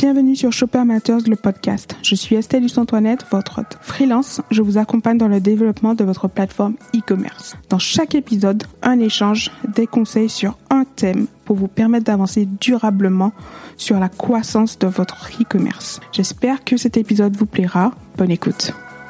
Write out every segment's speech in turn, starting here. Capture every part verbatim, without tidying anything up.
Bienvenue sur Shopper Matters, le podcast. Je suis Estelle Luce-Antoinette, votre hôte. Freelance, je vous accompagne dans le développement de votre plateforme e-commerce. Dans chaque épisode, un échange, des conseils sur un thème pour vous permettre d'avancer durablement sur la croissance de votre e-commerce. J'espère que cet épisode vous plaira. Bonne écoute.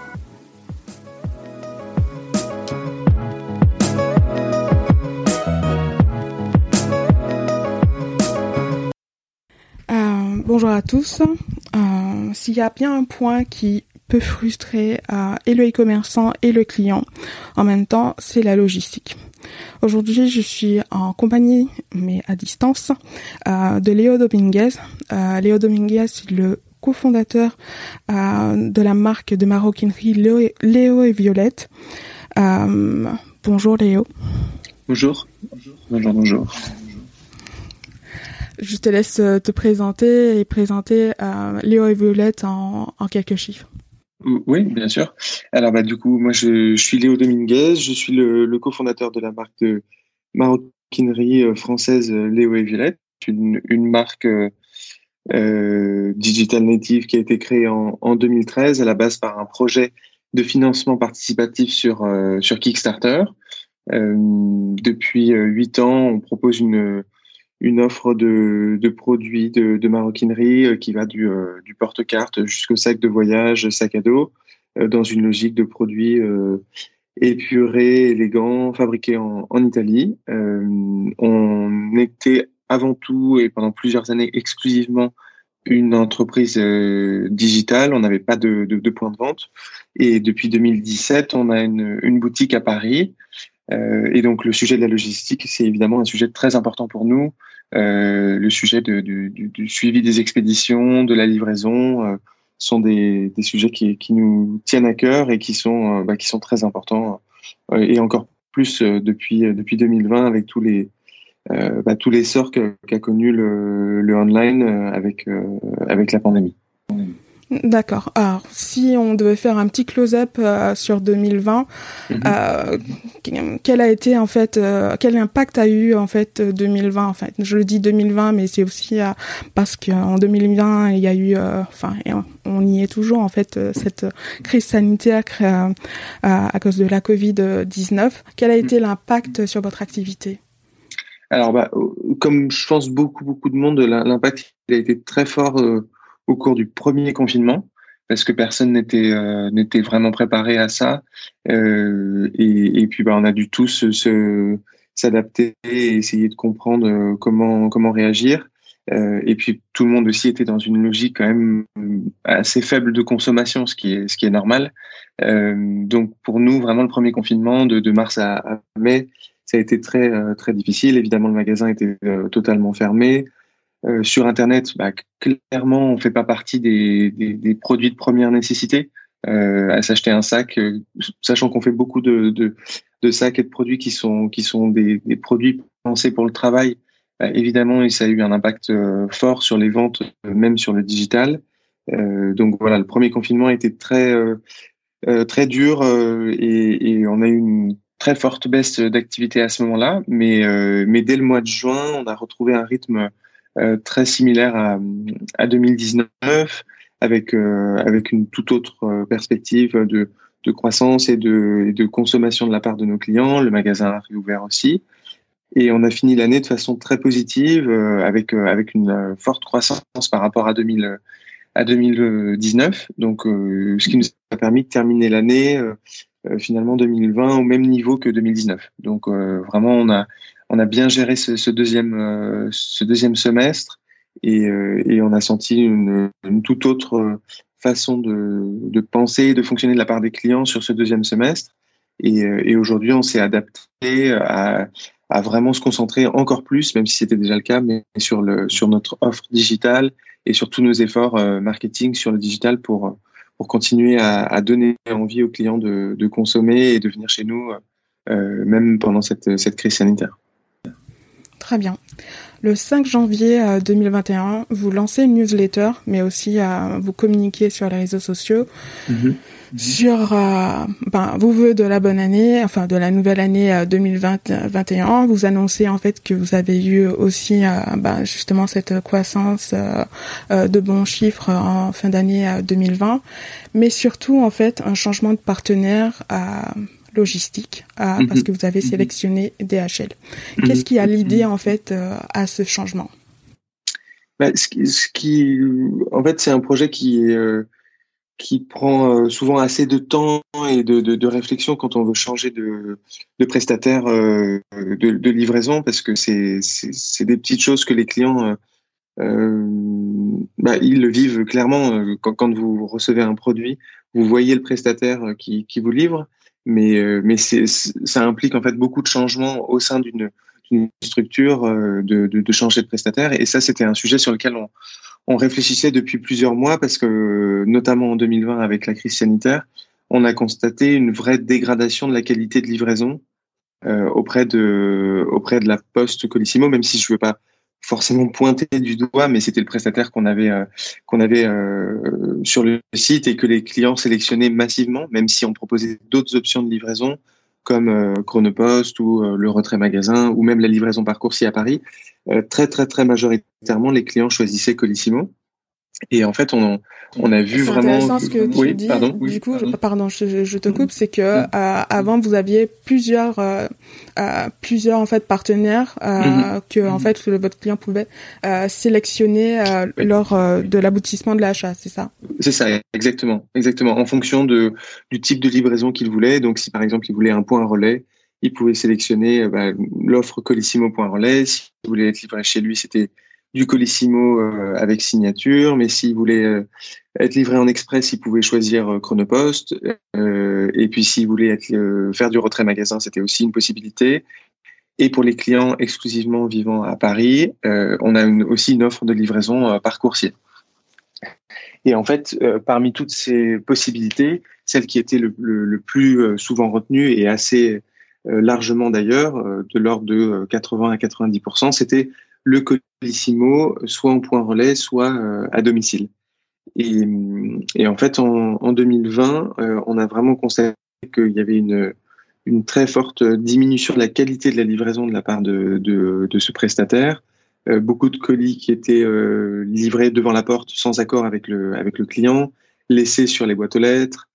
Bonjour à tous. Euh, s'il y a bien un point qui peut frustrer euh, et le e-commerçant et le client en même temps, c'est la logistique. Aujourd'hui, je suis en compagnie, mais à distance, euh, de Léo Dominguez. Euh, Léo Dominguez, c'est le cofondateur euh, de la marque de maroquinerie Léo et, Léo et Violette. Euh, bonjour Léo. Bonjour. Bonjour, bonjour. Je te laisse te présenter et présenter euh, Léo et Violette en, en quelques chiffres. Oui, bien sûr. Alors, bah, du coup, moi, je, je suis Léo Dominguez. Je suis le, le cofondateur de la marque de maroquinerie française Léo et Violette, une, une marque euh, digital native qui a été créée en, en deux mille treize à la base par un projet de financement participatif sur, euh, sur Kickstarter. Euh, depuis huit ans, on propose une une offre de, de produits de, de maroquinerie euh, qui va du, euh, du porte-carte jusqu'au sac de voyage, sac à dos, euh, dans une logique de produits euh, épurés, élégants, fabriqués en, en Italie. Euh, on était avant tout et pendant plusieurs années exclusivement une entreprise euh, digitale. On n'avait pas de, de, de point de vente. Et depuis deux mille dix-sept, on a une, une boutique à Paris. Euh, et donc, le sujet de la logistique, c'est évidemment un sujet très important pour nous. Euh, le sujet de, du, du, du suivi des expéditions, de la livraison, euh, sont des, des sujets qui, qui nous tiennent à cœur et qui sont, euh, bah, qui sont très importants. Euh, et encore plus euh, depuis, depuis deux mille vingt avec tous les, euh, bah, tout l'essor qu'a, qu'a connu le, le online euh, avec, euh, avec la pandémie. D'accord. Alors, si on devait faire un petit close-up euh, sur deux mille vingt, mm-hmm. euh, quel a été en fait, euh, quel impact a eu en fait deux mille vingt en fait. Je le dis deux mille vingt, mais c'est aussi euh, parce qu'en deux mille vingt il y a eu, enfin, euh, on y est toujours en fait euh, cette crise sanitaire euh, à cause de la covid dix-neuf. Quel a été mm-hmm. l'impact sur votre activité? Alors, bah, comme je pense beaucoup beaucoup de monde, l'impact il a été très fort. Euh, au cours du premier confinement, parce que personne n'était euh, n'était vraiment préparé à ça, euh, et, et puis bah on a dû tous se s'adapter et essayer de comprendre euh, comment comment réagir, euh, et puis tout le monde aussi était dans une logique quand même assez faible de consommation, ce qui est ce qui est normal. Euh, donc pour nous vraiment le premier confinement de, de mars à, à mai, ça a été très euh, très difficile. Évidemment le magasin était euh, totalement fermé. Euh, sur Internet, bah, clairement, on fait pas partie des, des, des produits de première nécessité. Euh, à s'acheter un sac, euh, sachant qu'on fait beaucoup de, de, de sacs et de produits qui sont qui sont des, des produits pensés pour le travail. Bah, évidemment, et ça a eu un impact euh, fort sur les ventes, euh, même sur le digital. Euh, donc voilà, le premier confinement a été très euh, euh, très dur euh, et, et on a eu une très forte baisse d'activité à ce moment-là. Mais euh, mais dès le mois de juin, on a retrouvé un rythme Euh, très similaire à, à deux mille dix-neuf, avec euh, avec une toute autre euh, perspective de de croissance et de et de consommation de la part de nos clients. Le magasin a réouvert aussi, et on a fini l'année de façon très positive euh, avec euh, avec une euh, forte croissance par rapport à deux mille à deux mille dix-neuf. Donc, euh, ce qui nous a permis de terminer l'année euh, euh, finalement deux mille vingt au même niveau que deux mille dix-neuf. Donc, euh, vraiment, on a on a bien géré ce, ce deuxième euh, ce deuxième semestre, et, euh, et on a senti une, une toute autre façon de, de penser et de fonctionner de la part des clients sur ce deuxième semestre. Et, et aujourd'hui, on s'est adapté à, à vraiment se concentrer encore plus, même si c'était déjà le cas, mais sur le sur notre offre digitale et sur tous nos efforts euh, marketing sur le digital pour pour continuer à, à donner envie aux clients de, de consommer et de venir chez nous, euh, même pendant cette cette crise sanitaire. Très bien. Le cinq janvier deux mille vingt et un, vous lancez une newsletter, mais aussi euh, vous communiquez sur les réseaux sociaux. Mm-hmm. Sur euh, ben, vos vœux de la bonne année, enfin de la nouvelle année euh, deux mille vingt, vingt et un, vous annoncez en fait que vous avez eu aussi euh, ben, justement cette croissance euh, euh, de bons chiffres en fin d'année euh, deux mille vingt, mais surtout en fait un changement de partenaire à logistique euh, parce que vous avez sélectionné D H L. Qu'est-ce qui a l'idée en fait euh, à ce changement? Bah, ce, qui, ce qui, en fait, c'est un projet qui est euh, qui prend euh, souvent assez de temps et de, de, de réflexion quand on veut changer de, de prestataire euh, de, de livraison, parce que c'est, c'est, c'est des petites choses que les clients, euh, euh, bah, ils le vivent clairement euh, quand, quand vous recevez un produit, vous voyez le prestataire qui, qui vous livre, mais, euh, mais c'est, ça implique en fait beaucoup de changements au sein d'une, d'une structure, euh, de, de, de changer de prestataire, et ça c'était un sujet sur lequel on on réfléchissait depuis plusieurs mois parce que, notamment en deux mille vingt, avec la crise sanitaire, on a constaté une vraie dégradation de la qualité de livraison euh, auprès de auprès de la Poste Colissimo, même si je ne veux pas forcément pointer du doigt, mais c'était le prestataire qu'on avait euh, qu'on avait euh, sur le site et que les clients sélectionnaient massivement, même si on proposait d'autres options de livraison comme euh, Chronopost ou euh, le retrait magasin ou même la livraison par coursier à Paris. Euh, très très très majoritairement, les clients choisissaient Colissimo. Et en fait, on, on a vu c'est vraiment. C'est intéressant ce que tu oui, dis. pardon. Du Oui, coup, pardon. Je, pardon, je, je te coupe. C'est que euh, avant, vous aviez plusieurs, euh, euh, plusieurs en fait partenaires euh, mm-hmm. que en fait que votre client pouvait euh, sélectionner euh, oui. lors euh, de l'aboutissement de l'achat. C'est ça. C'est ça, exactement, exactement. En fonction de du type de livraison qu'il voulait. Donc, si par exemple il voulait un point relais, il pouvait sélectionner bah, l'offre Colissimo point relais. S'il voulait être livré chez lui, c'était du Colissimo euh, avec signature, mais s'il voulait euh, être livré en express, il pouvait choisir euh, Chronopost. Euh, et puis s'il voulait être, euh, faire du retrait magasin, c'était aussi une possibilité. Et pour les clients exclusivement vivant à Paris, euh, on a une, aussi une offre de livraison euh, par coursier. Et en fait, euh, parmi toutes ces possibilités, celle qui était le, le, le plus euh, souvent retenue et assez euh, largement d'ailleurs, euh, de l'ordre de quatre-vingts à quatre-vingt-dix pour cent, c'était le Colissimo, soit en point relais, soit euh, à domicile. Et, et en fait, en, en deux mille vingt, euh, on a vraiment constaté qu'il y avait une, une très forte diminution de la qualité de la livraison de la part de, de, de ce prestataire. Euh, beaucoup de colis qui étaient euh, livrés devant la porte sans accord avec le, avec le client, laissés sur les boîtes aux lettres,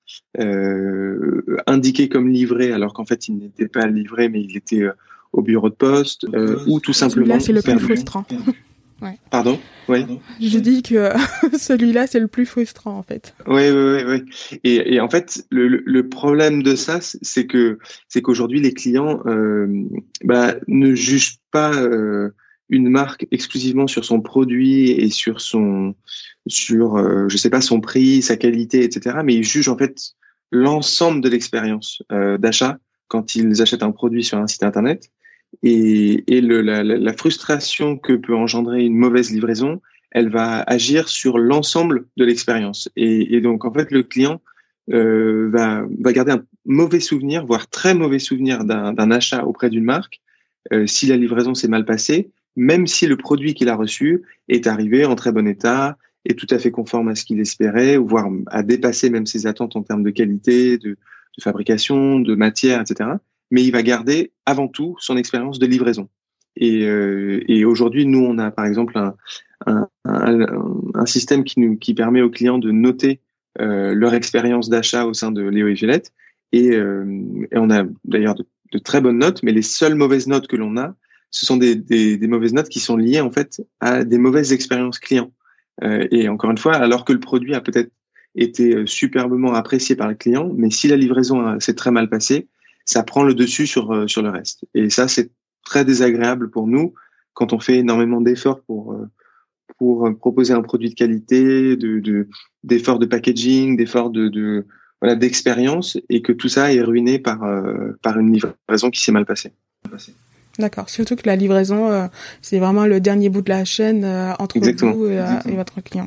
euh, indiqués comme livrés alors qu'en fait, il n'était pas livré, mais il était euh, au bureau de poste, euh, ou tout simplement... Là, c'est le plus frustrant. Ouais. Pardon? Oui. Je dis que celui-là, c'est le plus frustrant, en fait. Oui, oui, oui, oui. Et, et en fait, le, le problème de ça, c'est que c'est qu'aujourd'hui, les clients euh, bah, ne jugent pas euh, une marque exclusivement sur son produit et sur son, sur, euh, je sais pas, son prix, sa qualité, et cetera. Mais ils jugent en fait l'ensemble de l'expérience euh, d'achat quand ils achètent un produit sur un site internet. Et, et le, la, la frustration que peut engendrer une mauvaise livraison, elle va agir sur l'ensemble de l'expérience. Et, et donc, en fait, le client euh, va, va garder un mauvais souvenir, voire très mauvais souvenir d'un, d'un achat auprès d'une marque, euh, si la livraison s'est mal passée, même si le produit qu'il a reçu est arrivé en très bon état, est tout à fait conforme à ce qu'il espérait, voire a dépassé même ses attentes en termes de qualité, de, de fabrication, de matière, et cetera. Mais il va garder avant tout son expérience de livraison. Et, euh, et aujourd'hui, nous, on a par exemple un, un, un, un système qui, nous, qui permet aux clients de noter euh, leur expérience d'achat au sein de Léo et Violette. Et, euh, et on a d'ailleurs de, de très bonnes notes, mais les seules mauvaises notes que l'on a, ce sont des, des, des mauvaises notes qui sont liées en fait à des mauvaises expériences clients. Euh, et encore une fois, alors que le produit a peut-être été superbement apprécié par le client, mais si la livraison s'est très mal passée, ça prend le dessus sur euh, sur le reste. Et ça, c'est très désagréable pour nous quand on fait énormément d'efforts pour euh, pour proposer un produit de qualité, de, de d'efforts de packaging, d'efforts de, de voilà d'expérience, et que tout ça est ruiné par euh, par une livraison qui s'est mal passée. D'accord. Surtout que la livraison, euh, c'est vraiment le dernier bout de la chaîne euh, entre Exactement. vous et, euh, et votre client.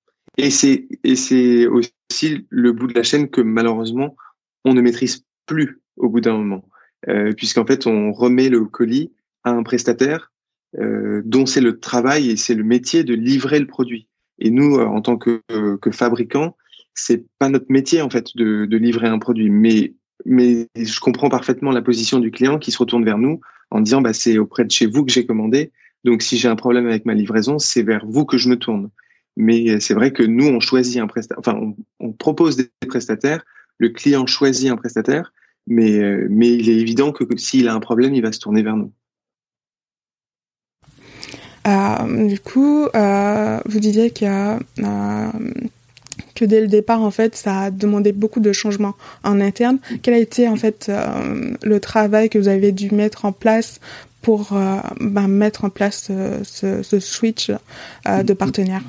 Et c'est et c'est aussi le bout de la chaîne que malheureusement on ne maîtrise plus au bout d'un moment, euh, puisqu'en fait on remet le colis à un prestataire euh, dont c'est le travail et c'est le métier de livrer le produit. Et nous, euh, en tant que, euh, que fabricants, c'est pas notre métier en fait de, de livrer un produit, mais mais je comprends parfaitement la position du client qui se retourne vers nous en disant bah c'est auprès de chez vous que j'ai commandé, donc si j'ai un problème avec ma livraison, c'est vers vous que je me tourne. Mais c'est vrai que nous on choisit un prestataire, enfin on, on propose des prestataires, le client choisit un prestataire, mais mais il est évident que, que s'il a un problème, il va se tourner vers nous. Euh, du coup, euh, vous disiez qu'il y a euh, que dès le départ, en fait, ça a demandé beaucoup de changements en interne. Quel a été, en fait, euh, le travail que vous avez dû mettre en place pour euh, ben, mettre en place euh, ce, ce switch euh, de partenaires?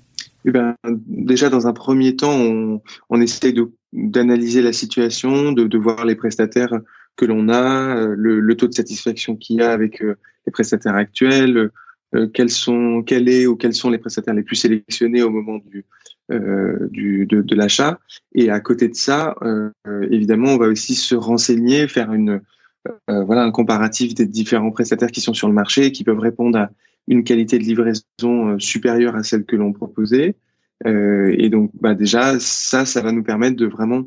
Eh ben, déjà, dans un premier temps, on, on essaie de, d'analyser la situation, de, de voir les prestataires que l'on a, le, le taux de satisfaction qu'il y a avec euh, les prestataires actuels, euh, quels sont, quel est ou quels sont les prestataires les plus sélectionnés au moment du, euh, du de, de l'achat. Et à côté de ça, euh, évidemment, on va aussi se renseigner, faire une euh, voilà un comparatif des différents prestataires qui sont sur le marché et qui peuvent répondre à une qualité de livraison euh, supérieure à celle que l'on proposait. Euh, et donc, bah déjà, ça, ça va nous permettre de vraiment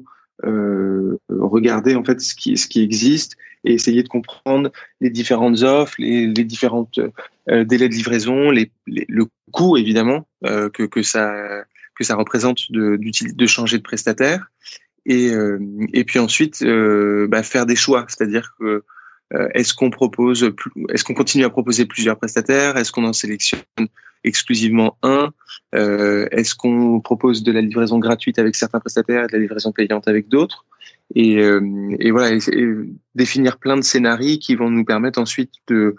euh, regarder en fait ce qui, ce qui existe et essayer de comprendre les différentes offres, les, les différentes euh, délais de livraison, les, les, le coût évidemment euh, que, que ça que ça représente de, de changer de prestataire. Et, euh, et puis ensuite, euh, bah, faire des choix, c'est-à-dire que euh, est-ce qu'on propose, plus, est-ce qu'on continue à proposer plusieurs prestataires, est-ce qu'on en sélectionne exclusivement un, euh, est-ce qu'on propose de la livraison gratuite avec certains prestataires et de la livraison payante avec d'autres, et, euh, et voilà, et, et définir plein de scénarios qui vont nous permettre ensuite de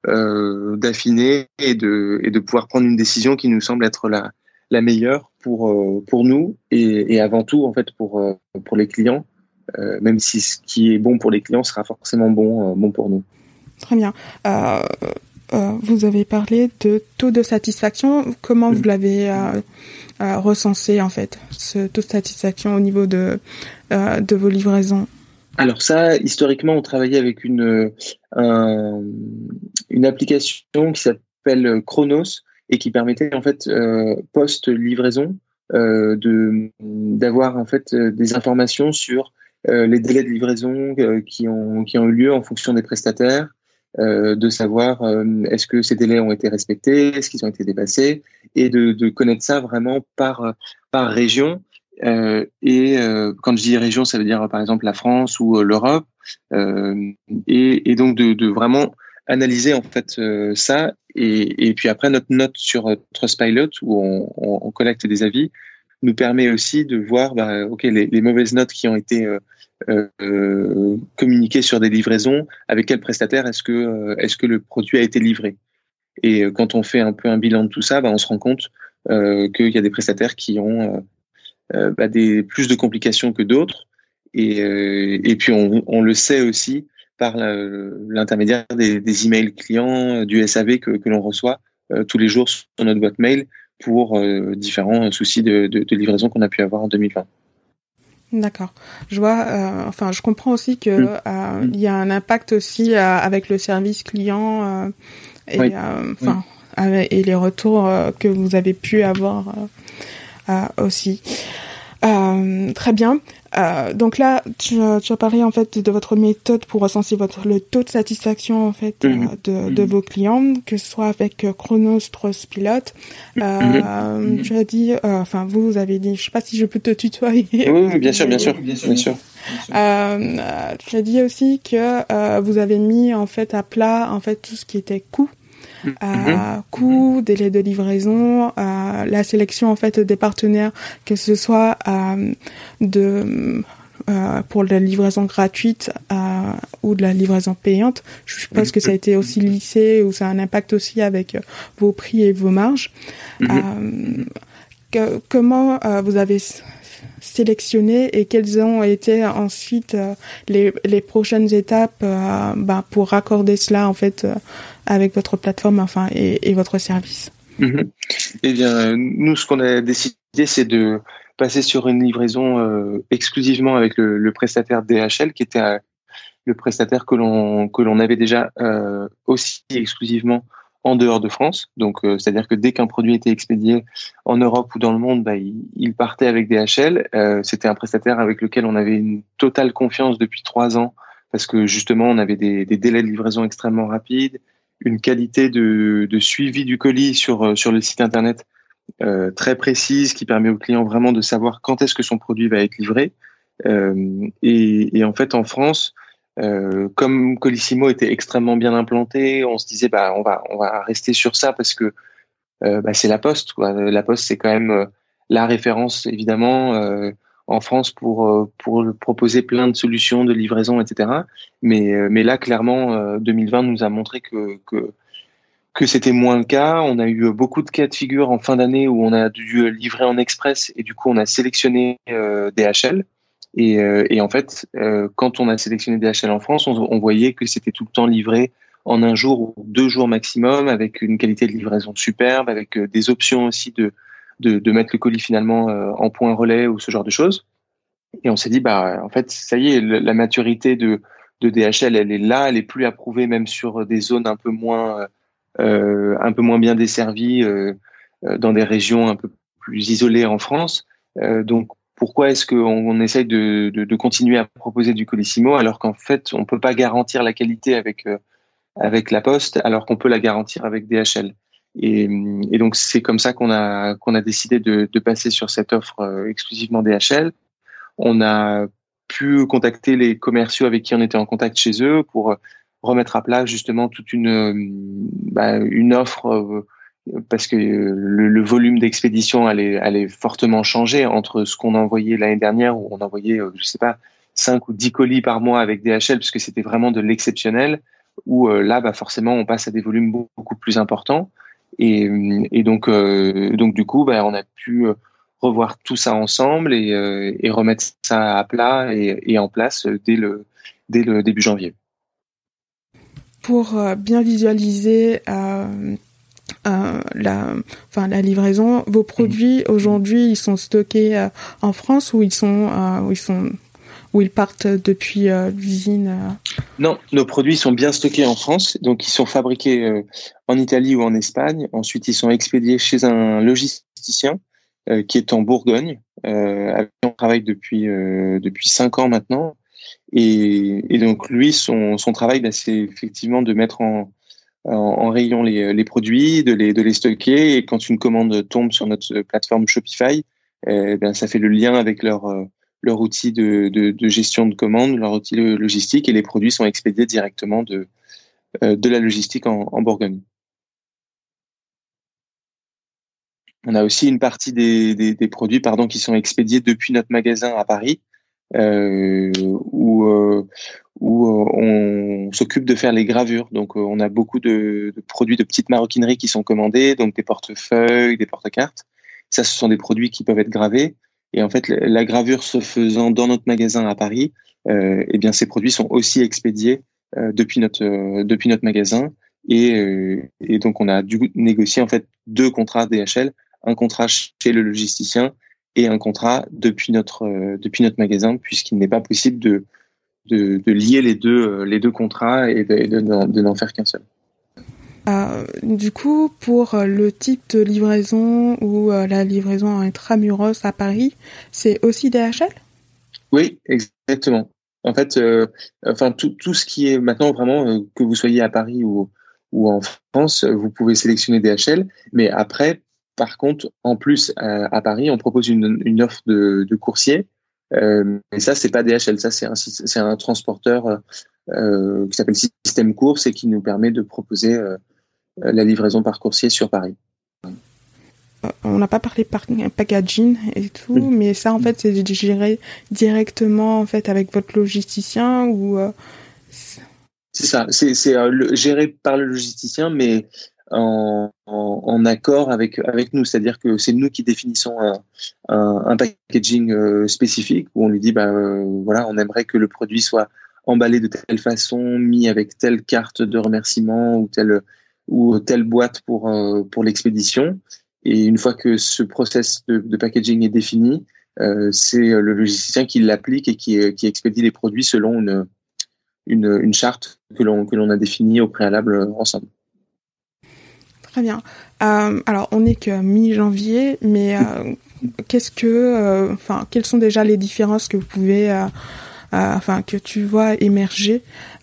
euh, d'affiner et de et de pouvoir prendre une décision qui nous semble être la la meilleure pour euh, pour nous et, et avant tout en fait pour euh, pour les clients, euh, même si ce qui est bon pour les clients sera forcément bon euh, bon pour nous. Très bien. Euh, euh, vous avez parlé de taux de satisfaction. Comment mmh. vous l'avez euh, euh, recensé en fait, ce taux de satisfaction au niveau de euh, de vos livraisons? Alors ça, historiquement, on travaillait avec une un, une application qui s'appelle Chronos et qui permettait en fait euh, post livraison euh, de d'avoir en fait des informations sur euh, les délais de livraison euh, qui ont qui ont eu lieu en fonction des prestataires, euh, de savoir euh, est-ce que ces délais ont été respectés, est-ce qu'ils ont été dépassés, et de, de connaître ça vraiment par par région. Euh, et euh, quand je dis région, ça veut dire par exemple la France ou euh, l'Europe, euh, et, et donc de, de vraiment analyser en fait euh, ça, et, et puis après notre note sur euh, Trustpilot où on, on, on collecte des avis nous permet aussi de voir bah, ok les, les mauvaises notes qui ont été euh, euh, communiquées sur des livraisons, avec quel prestataire est-ce que euh, est-ce que le produit a été livré. Et euh, quand on fait un peu un bilan de tout ça, bah, on se rend compte euh, qu'il y a des prestataires qui ont euh, Euh, bah, des plus de complications que d'autres, et euh, et puis on, on le sait aussi par la, l'intermédiaire des, des emails clients du S A V que, que l'on reçoit euh, tous les jours sur notre boîte mail pour euh, différents soucis de, de, de livraison qu'on a pu avoir en deux mille vingt. D'accord. Je vois. Euh, enfin, je comprends aussi que mmh. euh, il y a un impact aussi euh, avec le service client euh, et oui. enfin euh, oui. et les retours euh, que vous avez pu avoir. Euh, Euh, aussi. Euh, très bien. Euh, donc là, tu, tu as parlé en fait de votre méthode pour recenser votre le taux de satisfaction en fait mmh. euh, de, mmh. de vos clients, que ce soit avec euh, Chronos, Trustpilot. Euh, mmh. Tu as dit, enfin euh, vous, vous avez dit, je sais pas si je peux te tutoyer. Oui, bien sûr, bien sûr, bien sûr, bien sûr. Euh, tu as dit aussi que euh, vous avez mis en fait à plat en fait tout ce qui était coût. Euh, coût, délai de livraison, euh, la sélection en fait des partenaires, que ce soit euh, de euh, pour la livraison gratuite euh, ou de la livraison payante. Je suppose que ça a été aussi lissé ou ça a un impact aussi avec vos prix et vos marges. Euh, que, comment euh, vous avez sélectionné et quelles ont été ensuite euh, les, les prochaines étapes euh, bah, pour raccorder cela en fait euh, avec votre plateforme enfin et, et votre service? Mmh. Eh bien, nous, ce qu'on a décidé, c'est de passer sur une livraison euh, exclusivement avec le, le prestataire D H L, qui était euh, le prestataire que l'on que l'on avait déjà euh, aussi exclusivement en dehors de France. Donc, euh, c'est-à-dire que dès qu'un produit était expédié en Europe ou dans le monde, bah, il, il partait avec D H L. Euh, c'était un prestataire avec lequel on avait une totale confiance depuis trois ans parce que justement, on avait des, des délais de livraison extrêmement rapides, une qualité de, de suivi du colis sur, sur le site internet euh, très précise qui permet au client vraiment de savoir quand est-ce que son produit va être livré. Euh, et, et en fait, en France, euh, comme Colissimo était extrêmement bien implanté, on se disait bah on va on va rester sur ça parce que euh, bah, c'est la Poste quoi. La Poste c'est quand même euh, la référence évidemment euh, en France pour euh, pour proposer plein de solutions de livraison et cetera. Mais euh, mais là clairement euh, deux mille vingt nous a montré que que que c'était moins le cas. On a eu beaucoup de cas de figure en fin d'année où on a dû livrer en express et du coup on a sélectionné euh, D H L. Et, euh, et en fait, euh, quand on a sélectionné D H L en France, on, on voyait que c'était tout le temps livré en un jour ou deux jours maximum, avec une qualité de livraison superbe, avec euh, des options aussi de, de, de mettre le colis finalement euh, en point relais ou ce genre de choses. Et on s'est dit, bah en fait, ça y est, la maturité de, de D H L, elle est là, elle est plus approuvée même sur des zones un peu moins euh, un peu moins bien desservies euh, euh, dans des régions un peu plus isolées en France. Euh, donc pourquoi est-ce qu'on on essaye de, de, de continuer à proposer du Colissimo alors qu'en fait on peut pas garantir la qualité avec euh, avec la Poste alors qu'on peut la garantir avec D H L. Et, et donc c'est comme ça qu'on a qu'on a décidé de, de passer sur cette offre euh, exclusivement D H L. On a pu contacter les commerciaux avec qui on était en contact chez eux pour remettre à plat justement toute une bah, une offre euh, parce que le, le volume d'expédition allait allait fortement changer entre ce qu'on envoyait l'année dernière où on envoyait euh, je sais pas cinq ou dix colis par mois avec D H L parce que c'était vraiment de l'exceptionnel où euh, là bah forcément on passe à des volumes beaucoup, beaucoup plus importants et et donc euh, donc du coup bah on a pu revoir tout ça ensemble et, euh, et remettre ça à plat et, et en place dès le dès le début janvier. Pour euh, bien visualiser euh, euh, la, enfin la livraison, vos produits mmh. aujourd'hui ils sont stockés euh, en France ou ils sont euh, où ils sont où ils partent depuis euh, l'usine euh... Non, nos produits sont bien stockés en France, donc ils sont fabriqués euh, en Italie ou en Espagne. Ensuite, ils sont expédiés chez un logisticien euh, qui est en Bourgogne, euh, avec qui on travaille depuis euh, depuis cinq ans maintenant. Et, et donc lui, son son travail, bah, c'est effectivement de mettre en en, en rayon les les produits, de les de les stocker. Et quand une commande tombe sur notre plateforme Shopify, eh ben ça fait le lien avec leur euh, leur outil de, de, de gestion de commande, leur outil logistique, et les produits sont expédiés directement de, euh, de la logistique en, en Bourgogne. On a aussi une partie des, des, des produits pardon, qui sont expédiés depuis notre magasin à Paris, euh, où, euh, où on s'occupe de faire les gravures. Donc, on a beaucoup de, de produits de petites maroquineries qui sont commandés, donc des portefeuilles, des porte-cartes. Ça, ce sont des produits qui peuvent être gravés. Et en fait, la gravure se faisant dans notre magasin à Paris, euh, eh bien, ces produits sont aussi expédiés euh, depuis notre euh, depuis notre magasin. Et, euh, et donc, on a dû négocier en fait deux contrats D H L, un contrat chez le logisticien et un contrat depuis notre euh, depuis notre magasin, puisqu'il n'est pas possible de de, de lier les deux les deux contrats et de, de, de, de n'en faire qu'un seul. Euh, du coup, pour le type de livraison ou euh, la livraison en intramuros à Paris, c'est aussi D H L ? Oui, exactement. En fait, euh, enfin tout tout ce qui est maintenant vraiment euh, que vous soyez à Paris ou ou en France, vous pouvez sélectionner D H L. Mais après, par contre, en plus à, à Paris, on propose une une offre de, de coursier. Euh, et ça, c'est pas D H L, ça c'est un c'est un transporteur euh, qui s'appelle Système Course et qui nous permet de proposer euh, la livraison par coursier sur Paris. On n'a pas parlé par packaging et tout, mmh. mais ça en fait c'est géré directement en fait avec votre logisticien ou euh... C'est ça, c'est c'est euh, le, géré par le logisticien, mais en, en, en accord avec avec nous, c'est-à-dire que c'est nous qui définissons un, un, un packaging euh, spécifique où on lui dit bah euh, voilà, on aimerait que le produit soit emballé de telle façon, mis avec telle carte de remerciement ou telle ou telle boîte pour euh, pour l'expédition. Et une fois que ce process de, de packaging est défini, euh, c'est le logisticien qui l'applique et qui qui expédie les produits selon une une, une charte que l'on que l'on a définie au préalable ensemble. Très bien. Euh, alors, on n'est que mi-janvier, mais euh, qu'est-ce que, enfin, euh, quelles sont déjà les différences que vous pouvez, euh, euh, enfin, que tu vois émerger,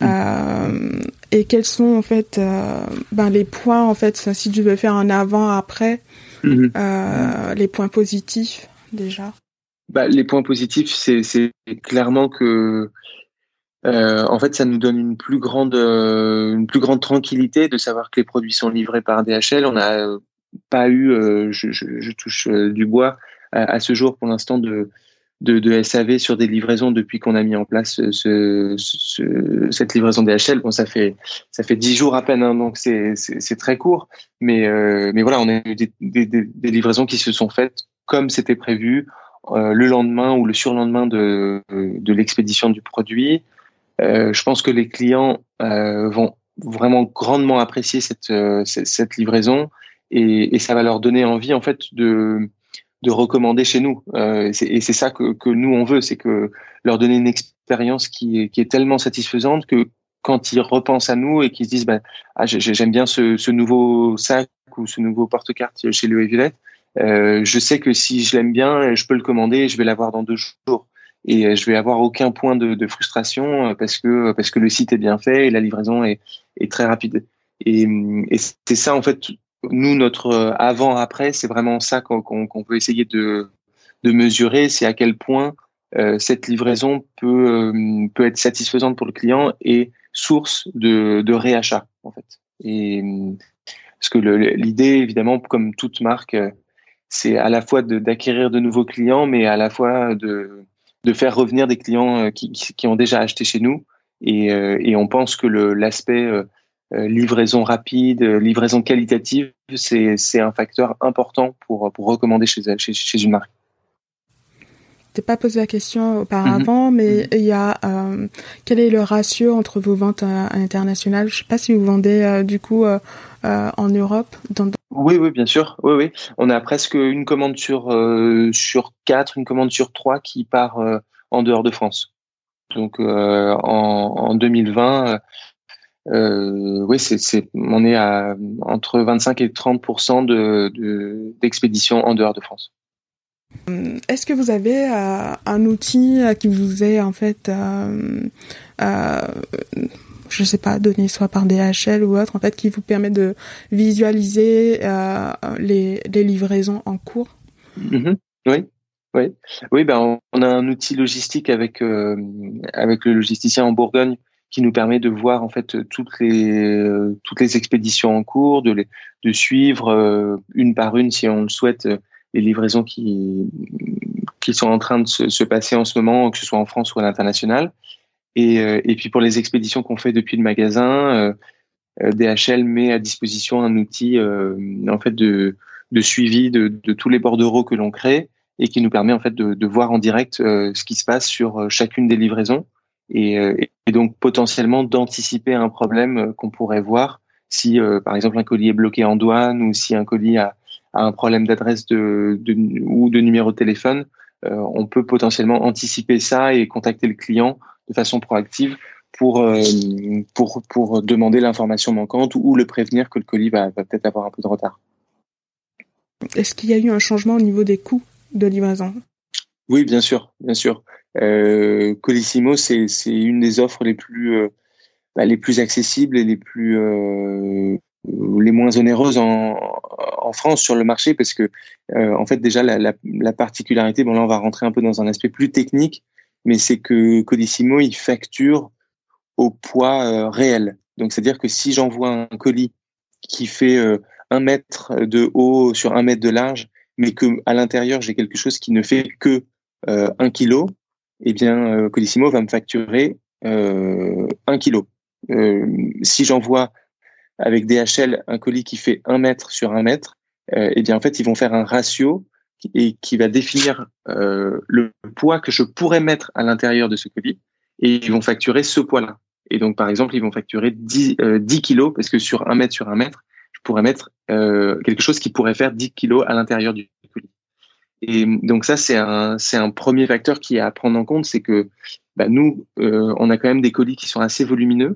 euh, et quels sont en fait, euh, ben les points en fait, si tu veux faire un avant-après, mm-hmm. euh, les points positifs déjà. Bah, les points positifs, c'est, c'est clairement que Euh, en fait, ça nous donne une plus grande, euh, une plus grande tranquillité de savoir que les produits sont livrés par D H L. On n'a euh, pas eu, euh, je, je, je touche euh, du bois à, à ce jour pour l'instant de, de, de S A V sur des livraisons depuis qu'on a mis en place ce, ce, cette livraison D H L. Bon, ça fait ça fait dix jours à peine, hein, donc c'est, c'est c'est très court. Mais euh, mais voilà, on a eu des, des, des livraisons qui se sont faites comme c'était prévu euh, le lendemain ou le surlendemain de de l'expédition du produit. Euh, je pense que les clients euh, vont vraiment grandement apprécier cette euh, cette livraison et, et ça va leur donner envie en fait de de recommander chez nous. Euh, et c'est, et c'est ça que que nous on veut, c'est que leur donner une expérience qui est qui est tellement satisfaisante que quand ils repensent à nous et qu'ils se disent bah ah, j'aime bien ce ce nouveau sac ou ce nouveau porte-carte chez Léo et Violette, euh, je sais que si je l'aime bien, je peux le commander et je vais l'avoir dans deux jours. Et je vais avoir aucun point de, de frustration parce que parce que le site est bien fait et la livraison est, est très rapide. Et, et c'est ça en fait, nous notre avant-après, c'est vraiment ça qu'on, qu'on, qu'on peut essayer de de mesurer, c'est à quel point euh, cette livraison peut euh, peut être satisfaisante pour le client et source de de réachat en fait. Et parce que le, l'idée évidemment, comme toute marque, c'est à la fois de, d'acquérir de nouveaux clients, mais à la fois de de faire revenir des clients qui, qui ont déjà acheté chez nous. Et, euh, et on pense que le, l'aspect euh, livraison rapide, livraison qualitative, c'est, c'est un facteur important pour, pour recommander chez, chez, chez une marque. Je t'ai pas posé la question auparavant, mm-hmm. mais il y a euh, quel est le ratio entre vos ventes à, à l'international? Je sais pas si vous vendez euh, du coup euh, euh, en Europe. Dans... Oui, oui, bien sûr. Oui, oui. On a presque une commande sur euh, sur quatre, une commande sur trois qui part euh, en dehors de France. Donc euh, en, en deux mille vingt, euh, oui, c'est, c'est, on est à entre vingt-cinq et trente pour cent de, de d'expéditions en dehors de France. Est-ce que vous avez euh, un outil qui vous est en fait, euh, euh, je sais pas, donné soit par D H L ou autre, en fait, qui vous permet de visualiser euh, les, les livraisons en cours? Mm-hmm. Oui, oui, oui. Ben on a un outil logistique avec euh, avec le logisticien en Bourgogne qui nous permet de voir en fait toutes les euh, toutes les expéditions en cours, de les de suivre euh, une par une si on le souhaite les livraisons qui qui sont en train de se, se passer en ce moment, que ce soit en France ou à l'international. Et, euh, et puis pour les expéditions qu'on fait depuis le magasin, euh, D H L met à disposition un outil euh, en fait de, de suivi de, de tous les bordereaux que l'on crée et qui nous permet en fait de, de voir en direct euh, ce qui se passe sur chacune des livraisons et, euh, et donc potentiellement d'anticiper un problème qu'on pourrait voir si euh, par exemple un colis est bloqué en douane ou si un colis a, a un problème d'adresse de, de, ou de numéro de téléphone. Euh, on peut potentiellement anticiper ça et contacter le client de façon proactive pour euh, pour pour demander l'information manquante ou le prévenir que le colis va, va peut-être avoir un peu de retard. Est-ce qu'il y a eu un changement au niveau des coûts de livraison? Oui, bien sûr, bien sûr. Euh, Colissimo, c'est c'est une des offres les plus euh, bah, les plus accessibles et les plus euh, les moins onéreuses en en France sur le marché parce que euh, en fait déjà la, la la particularité, bon là on va rentrer un peu dans un aspect plus technique, mais c'est que Colissimo il facture au poids euh, réel. Donc, c'est-à-dire que si j'envoie un colis qui fait euh, un mètre de haut sur un mètre de large, mais que à l'intérieur j'ai quelque chose qui ne fait que euh, un kilo, eh bien euh, Colissimo va me facturer euh, un kilo. Euh, si j'envoie avec D H L un colis qui fait un mètre sur un mètre, euh, eh bien en fait ils vont faire un ratio et qui va définir euh, le poids que je pourrais mettre à l'intérieur de ce colis et ils vont facturer ce poids-là. Et donc, par exemple, ils vont facturer dix, euh, dix kilos parce que sur un mètre sur un mètre, je pourrais mettre euh, quelque chose qui pourrait faire dix kilos à l'intérieur du colis. Et donc ça, c'est un, c'est un premier facteur qui est à prendre en compte, c'est que bah, nous, euh, on a quand même des colis qui sont assez volumineux.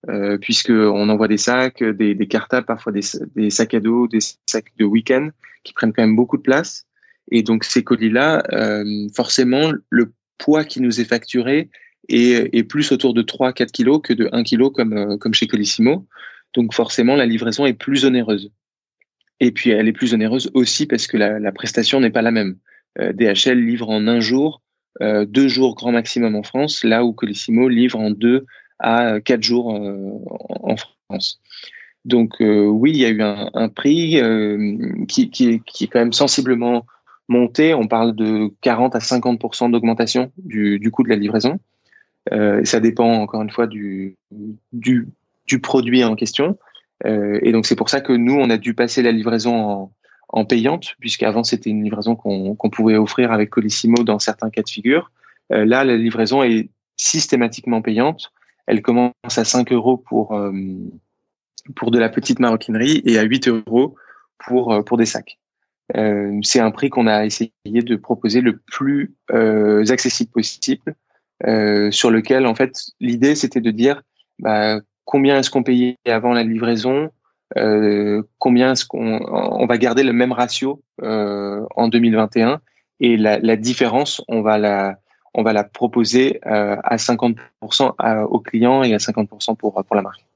euh, puisque on envoie des sacs, des, des cartables, parfois des, des sacs à dos, des sacs de week-end qui prennent quand même beaucoup de place. Et donc ces colis-là, euh, forcément, le poids qui nous est facturé est, est plus autour de trois à quatre kilos que de un kilo comme, euh, comme chez Colissimo. Donc forcément, la livraison est plus onéreuse. Et puis elle est plus onéreuse aussi parce que la, la prestation n'est pas la même. Euh, D H L livre en un jour, euh, deux jours grand maximum en France, là où Colissimo livre en deux à quatre jours euh, en France. Donc euh, oui, il y a eu un, un prix euh, qui, qui, est, qui est quand même sensiblement monté. On parle de quarante à cinquante pour cent d'augmentation du, du coût de la livraison. Euh, ça dépend encore une fois du, du, du produit en question. Euh, et donc c'est pour ça que nous, on a dû passer la livraison en, en payante, puisqu'avant c'était une livraison qu'on, qu'on pouvait offrir avec Colissimo dans certains cas de figure. Euh, là, la livraison est systématiquement payante. Elle commence à cinq euros pour euh, pour de la petite maroquinerie et à huit euros pour pour des sacs. Euh, c'est un prix qu'on a essayé de proposer le plus euh, accessible possible, euh, sur lequel en fait l'idée c'était de dire bah, combien est-ce qu'on payait avant la livraison, euh, combien est-ce qu'on on va garder le même ratio euh, en deux mille vingt et un et la, la différence on va la on va la proposer euh, à cinquante pour cent à, aux clients et à cinquante pour cent pour pour la marque.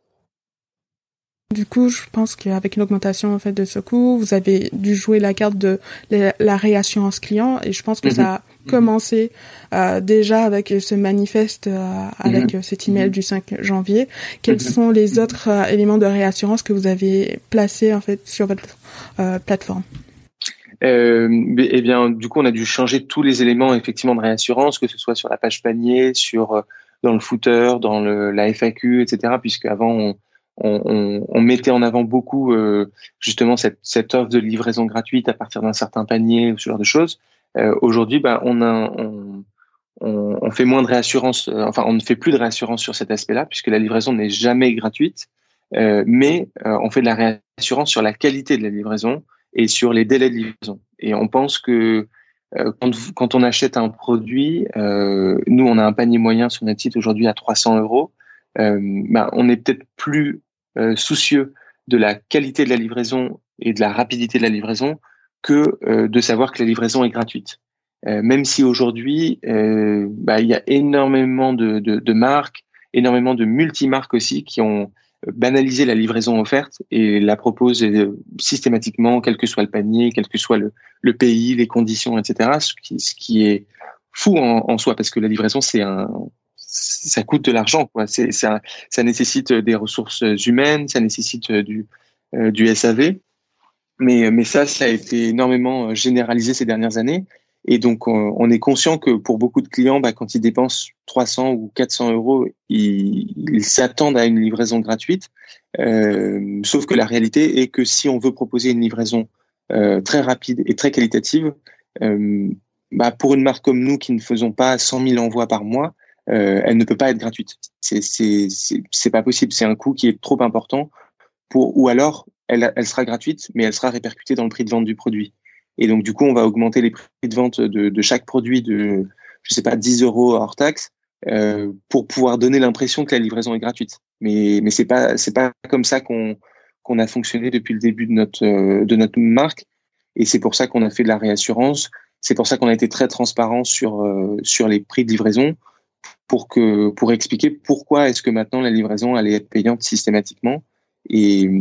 Du coup, je pense qu'avec une augmentation en fait de ce coût, vous avez dû jouer la carte de la, la réassurance client, et je pense que mm-hmm. ça a commencé euh, déjà avec ce manifeste, euh, avec mm-hmm. cet email mm-hmm. du cinq janvier. Quels mm-hmm. sont les autres euh, éléments de réassurance que vous avez placés en fait sur votre euh, plateforme? Euh, eh bien, du coup, on a dû changer tous les éléments effectivement de réassurance, que ce soit sur la page panier, sur dans le footer, dans le, la F A Q, et cetera. Puisque avant, on, on, on mettait en avant beaucoup euh, justement cette, cette offre de livraison gratuite à partir d'un certain panier, ce genre de choses. Euh, aujourd'hui, bah, on, a, on, on, on fait moins de réassurance. Euh, enfin, on ne fait plus de réassurance sur cet aspect-là, puisque la livraison n'est jamais gratuite. Euh, mais euh, on fait de la réassurance sur la qualité de la livraison et sur les délais de livraison. Et on pense que euh, quand, quand on achète un produit, euh, nous on a un panier moyen sur notre site aujourd'hui à trois cents euros, euh, bah, on est peut-être plus euh, soucieux de la qualité de la livraison et de la rapidité de la livraison que euh, de savoir que la livraison est gratuite. Euh, même si aujourd'hui, euh, bah, il y a énormément de, de, de marques, énormément de multimarques aussi qui ont banaliser la livraison offerte et la propose systématiquement, quel que soit le panier, quel que soit le, le pays, les conditions, et cetera. Ce qui, ce qui est fou en, en soi, parce que la livraison, c'est un, ça coûte de l'argent, quoi. C'est, c'est un, ça nécessite des ressources humaines, ça nécessite du, euh, du S A V. Mais, mais ça, ça a été énormément généralisé ces dernières années. Et donc, on, on est conscient que pour beaucoup de clients, bah, quand ils dépensent trois cents ou quatre cents euros, ils, ils s'attendent à une livraison gratuite. Euh, sauf que la réalité est que si on veut proposer une livraison euh, très rapide et très qualitative, euh, bah, pour une marque comme nous qui ne faisons pas cent mille envois par mois, euh, elle ne peut pas être gratuite. C'est, c'est, c'est, c'est pas possible. C'est un coût qui est trop important pour, ou alors elle, elle sera gratuite, mais elle sera répercutée dans le prix de vente du produit. Et donc, du coup, on va augmenter les prix de vente de, de chaque produit de, je sais pas, dix euros hors taxe, euh, pour pouvoir donner l'impression que la livraison est gratuite. Mais, mais c'est pas, c'est pas comme ça qu'on, qu'on a fonctionné depuis le début de notre, euh, de notre marque. Et c'est pour ça qu'on a fait de la réassurance. C'est pour ça qu'on a été très transparent sur, euh, sur les prix de livraison pour que, pour expliquer pourquoi est-ce que maintenant la livraison allait être payante systématiquement. Et,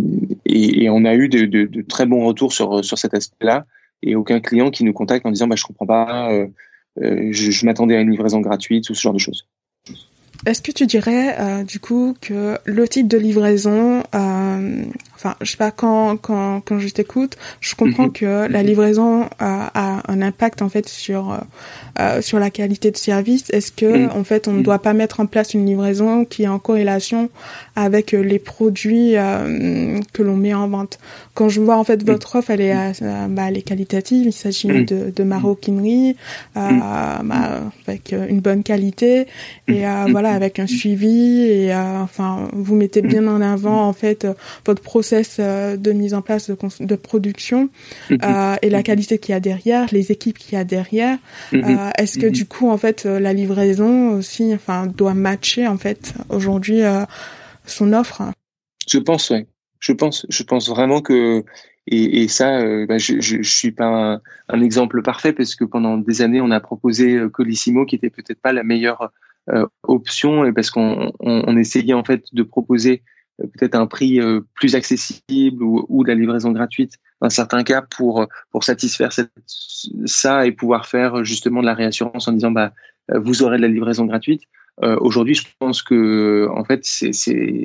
et, et on a eu de, de, de très bons retours sur, sur cet aspect-là, et aucun client qui nous contacte en disant bah, je comprends pas, euh, euh, je, je m'attendais à une livraison gratuite ou ce genre de choses. Est-ce que tu dirais euh, du coup que le type de livraison, euh, enfin je sais pas, quand quand quand je t'écoute, je comprends mm-hmm. que la livraison euh, a un impact en fait sur euh, sur la qualité de service. Est-ce que mm-hmm. en fait on ne doit pas mettre en place une livraison qui est en corrélation avec les produits euh, que l'on met en vente? Quand je vois en fait votre offre, elle est euh, bah elle est qualitative. Il s'agit mm-hmm. de de maroquinerie euh, mm-hmm. bah, avec une bonne qualité et euh, voilà, avec un suivi et euh, enfin vous mettez bien en avant en fait euh, votre process euh, de mise en place de, de production euh, et la qualité qu'il y a derrière, les équipes qu'il y a derrière. Euh, est-ce que du coup en fait la livraison aussi enfin doit matcher en fait aujourd'hui euh, son offre. Je pense, ouais. Je pense, je pense vraiment que et, et ça, euh, bah, je, je, je suis pas un, un exemple parfait parce que pendant des années, on a proposé euh, Colissimo, qui était peut-être pas la meilleure euh, option, et parce qu'on on, on essayait en fait de proposer euh, peut-être un prix euh, plus accessible ou, ou de la livraison gratuite dans certains cas pour pour satisfaire cette, ça et pouvoir faire justement de la réassurance en disant bah vous aurez de la livraison gratuite. Euh, aujourd'hui, je pense que en fait c'est c'est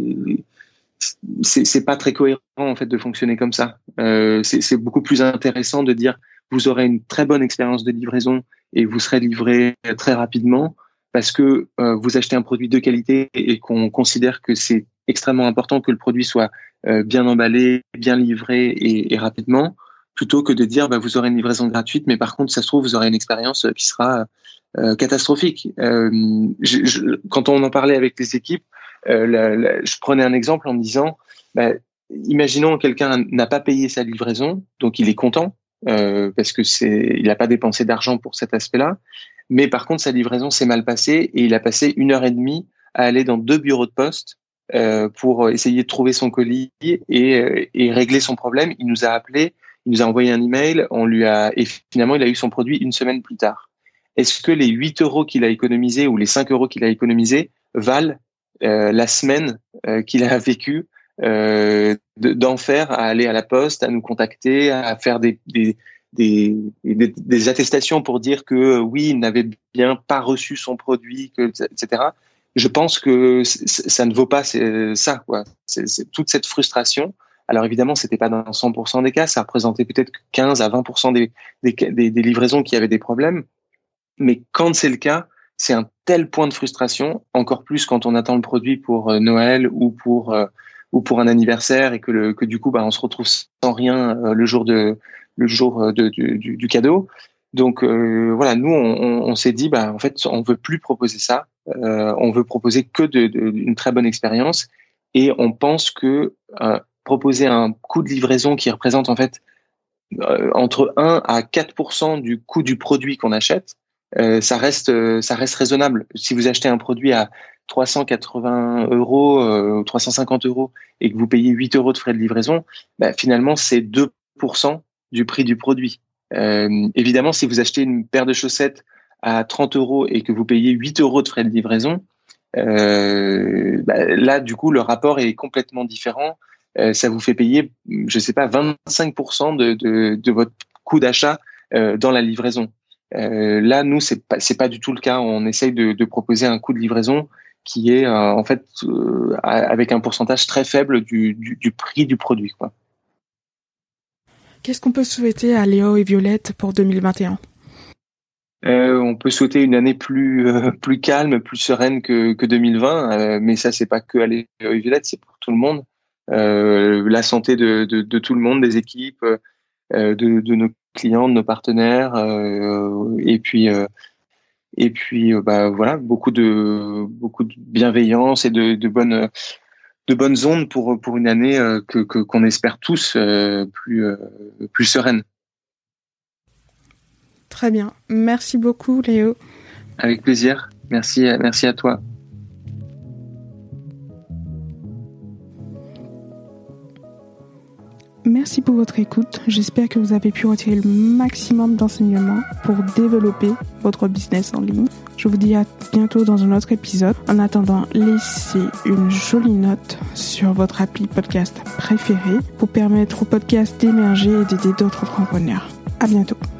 c'est, c'est pas très cohérent en fait de fonctionner comme ça. Euh, c'est, c'est beaucoup plus intéressant de dire vous aurez une très bonne expérience de livraison et vous serez livré très rapidement parce que euh, vous achetez un produit de qualité et qu'on considère que c'est extrêmement important que le produit soit euh, bien emballé, bien livré et, et rapidement, plutôt que de dire bah, vous aurez une livraison gratuite, mais par contre ça se trouve vous aurez une expérience qui sera euh, catastrophique. Euh, je, je, quand on en parlait avec les équipes, Euh, la, la, je prenais un exemple en me disant, bah, imaginons quelqu'un n'a pas payé sa livraison, donc il est content euh, parce que c'est, il n'a pas dépensé d'argent pour cet aspect-là, mais par contre sa livraison s'est mal passée et il a passé une heure et demie à aller dans deux bureaux de poste euh, pour essayer de trouver son colis et, et régler son problème. Il nous a appelé, il nous a envoyé un email, on lui a et finalement il a eu son produit une semaine plus tard. Est-ce que les huit euros qu'il a économisés ou les cinq euros qu'il a économisés valent Euh, la semaine euh, qu'il a vécu euh, de, d'enfer à aller à la poste, à nous contacter, à faire des, des, des, des, des attestations pour dire que euh, oui, il n'avait bien pas reçu son produit, que, et cetera. Je pense que ça ne vaut pas ça, quoi. C'est, c'est toute cette frustration. Alors évidemment, c'était pas dans cent pour cent des cas, ça représentait peut-être quinze à vingt pour cent des, des, des, des livraisons qui avaient des problèmes. Mais quand c'est le cas, c'est un tel point de frustration, encore plus quand on attend le produit pour euh, Noël ou pour euh, ou pour un anniversaire et que le que du coup bah on se retrouve sans rien euh, le jour de le jour de, de du, du cadeau. Donc euh, voilà, nous on, on, on s'est dit bah en fait on veut plus proposer ça, euh, on veut proposer que de, de une très bonne expérience et on pense que euh, proposer un coût de livraison qui représente en fait euh, entre un à quatre pour cent du coût du produit qu'on achète. Euh, ça reste, euh, ça reste raisonnable. Si vous achetez un produit à trois cent quatre-vingts euros, euh, trois cent cinquante euros, et que vous payez huit euros de frais de livraison, bah, finalement, c'est deux pour cent du prix du produit. Euh, évidemment, si vous achetez une paire de chaussettes à trente euros et que vous payez huit euros de frais de livraison, euh, bah, là, du coup, le rapport est complètement différent. Euh, ça vous fait payer, je sais pas, vingt-cinq pour cent de, de, de votre coût d'achat euh, dans la livraison. Euh, là, nous, c'est pas, c'est pas du tout le cas. On essaye de, de proposer un coût de livraison qui est euh, en fait euh, avec un pourcentage très faible du, du, du prix du produit, quoi. Qu'est-ce qu'on peut souhaiter à Léo et Violette pour deux mille vingt et un ? Euh, on peut souhaiter une année plus euh, plus calme, plus sereine que, que deux mille vingt, euh, mais ça c'est pas que à Léo et Violette, c'est pour tout le monde. Euh, la santé de, de, de tout le monde, des équipes, euh, de, de nos clients, de nos partenaires, euh, et puis euh, et puis euh, bah voilà, beaucoup de beaucoup de bienveillance et de, de bonnes de bonnes ondes pour pour une année euh, que, que qu'on espère tous euh, plus euh, plus sereine. Très bien, merci beaucoup Léo. Avec plaisir, merci merci à toi. Merci pour votre écoute. J'espère que vous avez pu retirer le maximum d'enseignements pour développer votre business en ligne. Je vous dis à bientôt dans un autre épisode. En attendant, laissez une jolie note sur votre appli podcast préféré pour permettre au podcast d'émerger et d'aider d'autres entrepreneurs. À bientôt.